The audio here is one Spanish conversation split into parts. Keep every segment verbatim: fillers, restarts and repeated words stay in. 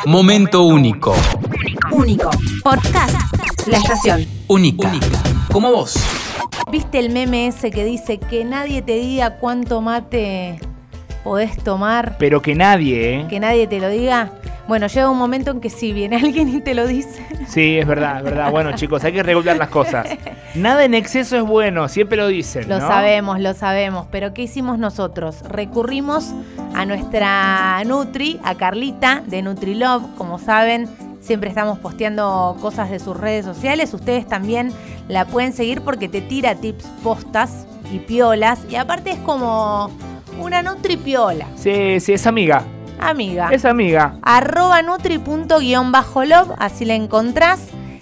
Momento único. Único. Podcast. La estación. Única. Única. Como vos. ¿Viste el meme ese que dice que nadie te diga cuánto mate podés tomar? Pero que nadie, ¿eh? Que nadie te lo diga. Bueno, llega un momento en que sí, viene alguien y te lo dice. Sí, es verdad, es verdad. Bueno, chicos, hay que regular las cosas. Nada en exceso es bueno, siempre lo dicen, Lo ¿no? sabemos, lo sabemos. Pero ¿qué hicimos nosotros? Recurrimos a nuestra Nutri, a Carlita de Nutrilove. Como saben, siempre estamos posteando cosas de sus redes sociales. Ustedes también la pueden seguir porque te tira tips postas y piolas. Y aparte es como una Nutri piola. Sí, sí, es amiga. Amiga. Es amiga. Arroba nutri punto guión bajo love, así la encontrás.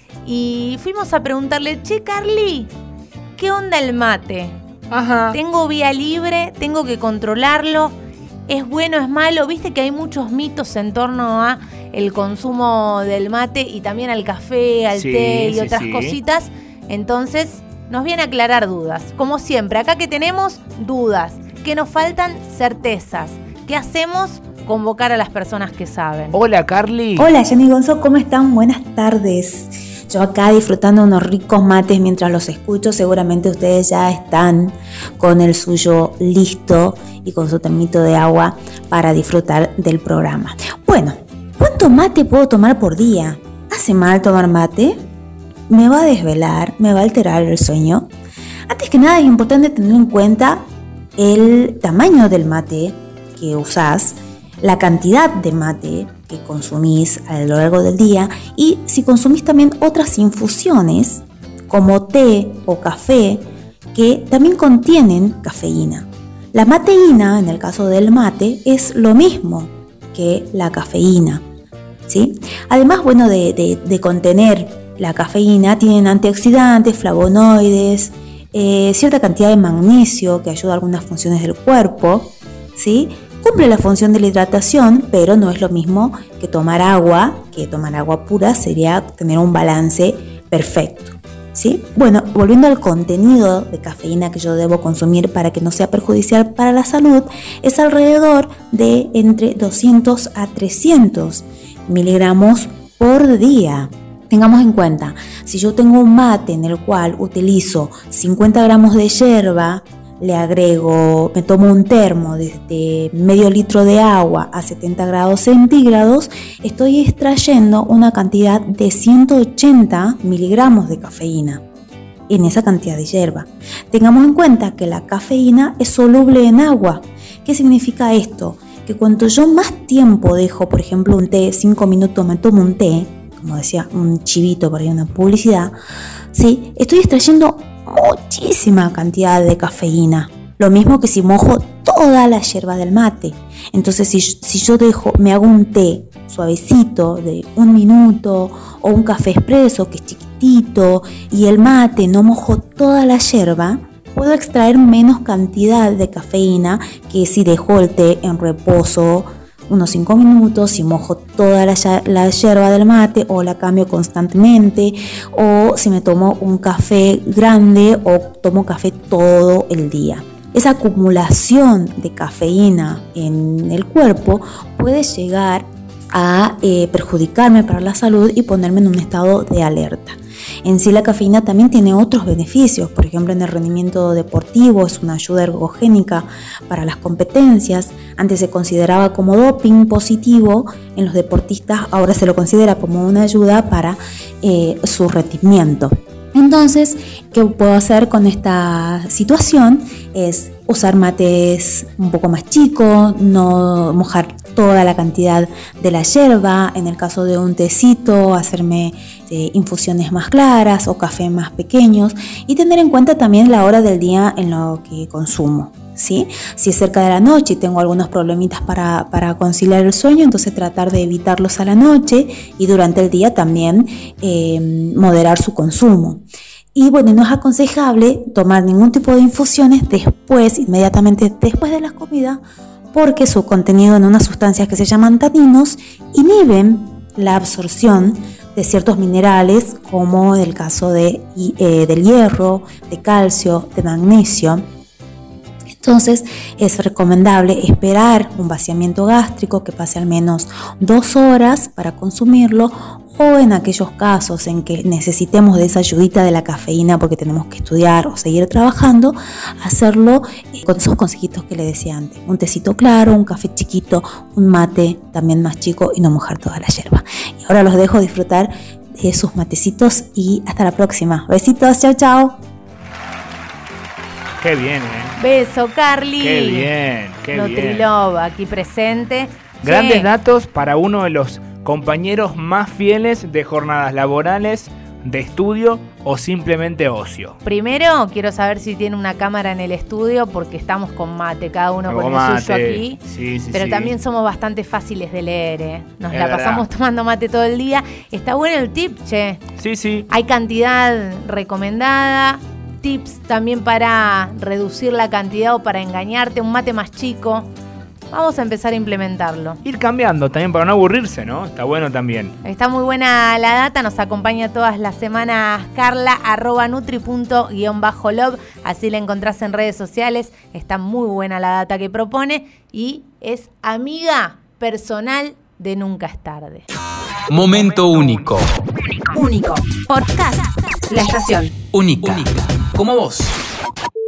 Y fuimos a preguntarle, che, Carly, ¿qué onda el mate? Ajá. Tengo vía libre, tengo que controlarlo. ¿Es bueno, es malo? Viste que hay muchos mitos en torno a el consumo del mate y también al café, al Sí, té y sí, otras sí. cositas. Entonces, nos viene a aclarar dudas. Como siempre, acá que tenemos dudas, que nos faltan certezas. ¿Qué hacemos? Convocar a las personas que saben. Hola, Carly. Hola, Jenny Gonzo, ¿cómo están? Buenas tardes. Yo acá disfrutando unos ricos mates mientras los escucho. Seguramente ustedes ya están con el suyo listo y con su termito de agua para disfrutar del programa. Bueno, ¿cuánto mate puedo tomar por día? ¿Hace mal tomar mate? ¿Me va a desvelar? ¿Me va a alterar el sueño? Antes que nada es importante tener en cuenta el tamaño del mate que usás, la cantidad de mate que consumís a lo largo del día y si consumís también otras infusiones como té o café que también contienen cafeína. La mateína, en el caso del mate, es lo mismo que la cafeína, ¿sí? Además, bueno, de, de, de contener la cafeína, tienen antioxidantes, flavonoides, eh, cierta cantidad de magnesio que ayuda a algunas funciones del cuerpo, ¿sí? Cumple la función de la hidratación, pero no es lo mismo que tomar agua, que tomar agua pura sería tener un balance perfecto, ¿sí? Bueno, volviendo al contenido de cafeína que yo debo consumir para que no sea perjudicial para la salud, es alrededor de entre doscientos a trescientos miligramos por día. Tengamos en cuenta, si yo tengo un mate en el cual utilizo cincuenta gramos de yerba, le agrego, me tomo un termo desde medio litro de agua a setenta grados centígrados, estoy extrayendo una cantidad de ciento ochenta miligramos de cafeína en esa cantidad de yerba. Tengamos en cuenta que la cafeína es soluble en agua. ¿Qué significa esto? Que cuanto yo más tiempo dejo, por ejemplo, un té, cinco minutos me tomo un té, como decía un chivito por ahí, una publicidad, ¿sí? Estoy extrayendo muchísima cantidad de cafeína. Lo mismo que si mojo toda la yerba del mate. Entonces, si, si yo dejo, me hago un té suavecito de un minuto o un café expreso que es chiquitito y el mate no mojo toda la yerba, puedo extraer menos cantidad de cafeína que si dejo el té en reposo unos cinco minutos y mojo toda la, la yerba del mate o la cambio constantemente, o si me tomo un café grande o tomo café todo el día. Esa acumulación de cafeína en el cuerpo puede llegar a eh, perjudicarme para la salud y ponerme en un estado de alerta. En sí la cafeína también tiene otros beneficios, por ejemplo en el rendimiento deportivo es una ayuda ergogénica para las competencias. Antes se consideraba como doping positivo en los deportistas, ahora se lo considera como una ayuda para eh, su rendimiento. Entonces, ¿qué puedo hacer con esta situación? Es usar mates un poco más chicos, no mojar toda la cantidad de la yerba, en el caso de un tecito, hacerme eh, infusiones más claras o café más pequeños y tener en cuenta también la hora del día en lo que consumo, ¿sí? Si es cerca de la noche y tengo algunos problemitas para, para conciliar el sueño, entonces tratar de evitarlos a la noche y durante el día también eh, moderar su consumo. Y bueno, no es aconsejable tomar ningún tipo de infusiones después, inmediatamente después de la comida, porque su contenido en unas sustancias que se llaman taninos inhiben la absorción de ciertos minerales, como en el caso de, eh, del hierro, de calcio, de magnesio. Entonces es recomendable esperar un vaciamiento gástrico que pase al menos dos horas para consumirlo, o en aquellos casos en que necesitemos de esa ayudita de la cafeína porque tenemos que estudiar o seguir trabajando, hacerlo con esos consejitos que le decía antes: un tecito claro, un café chiquito, un mate también más chico y no mojar toda la yerba. Y ahora los dejo disfrutar de sus matecitos y hasta la próxima. Besitos, chao, chao. Qué bien, ¿eh? Beso, Carly. Qué bien, qué bien. Nutrilove aquí presente. Grandes Sí. datos para uno de los compañeros más fieles de jornadas laborales, de estudio o simplemente ocio. Primero, quiero saber si tiene una cámara en el estudio, porque estamos con mate, cada uno Con con mate. el suyo aquí. Sí, sí, Pero sí. también somos bastante fáciles de leer, ¿eh? Nos Es la verdad. pasamos tomando mate todo el día. Está bueno el tip, che. Sí, sí. Hay cantidad recomendada, tips también para reducir la cantidad o para engañarte, un mate más chico. Vamos a empezar a implementarlo. Ir cambiando también para no aburrirse, ¿no? Está bueno también. Está muy buena la data, nos acompaña todas las semanas Carla, arroba nutri punto guión bajo love, así la encontrás en redes sociales. Está muy buena la data que propone y es amiga personal de Nunca es Tarde. Momento único. Único. Podcast. La estación. Única. Como vos.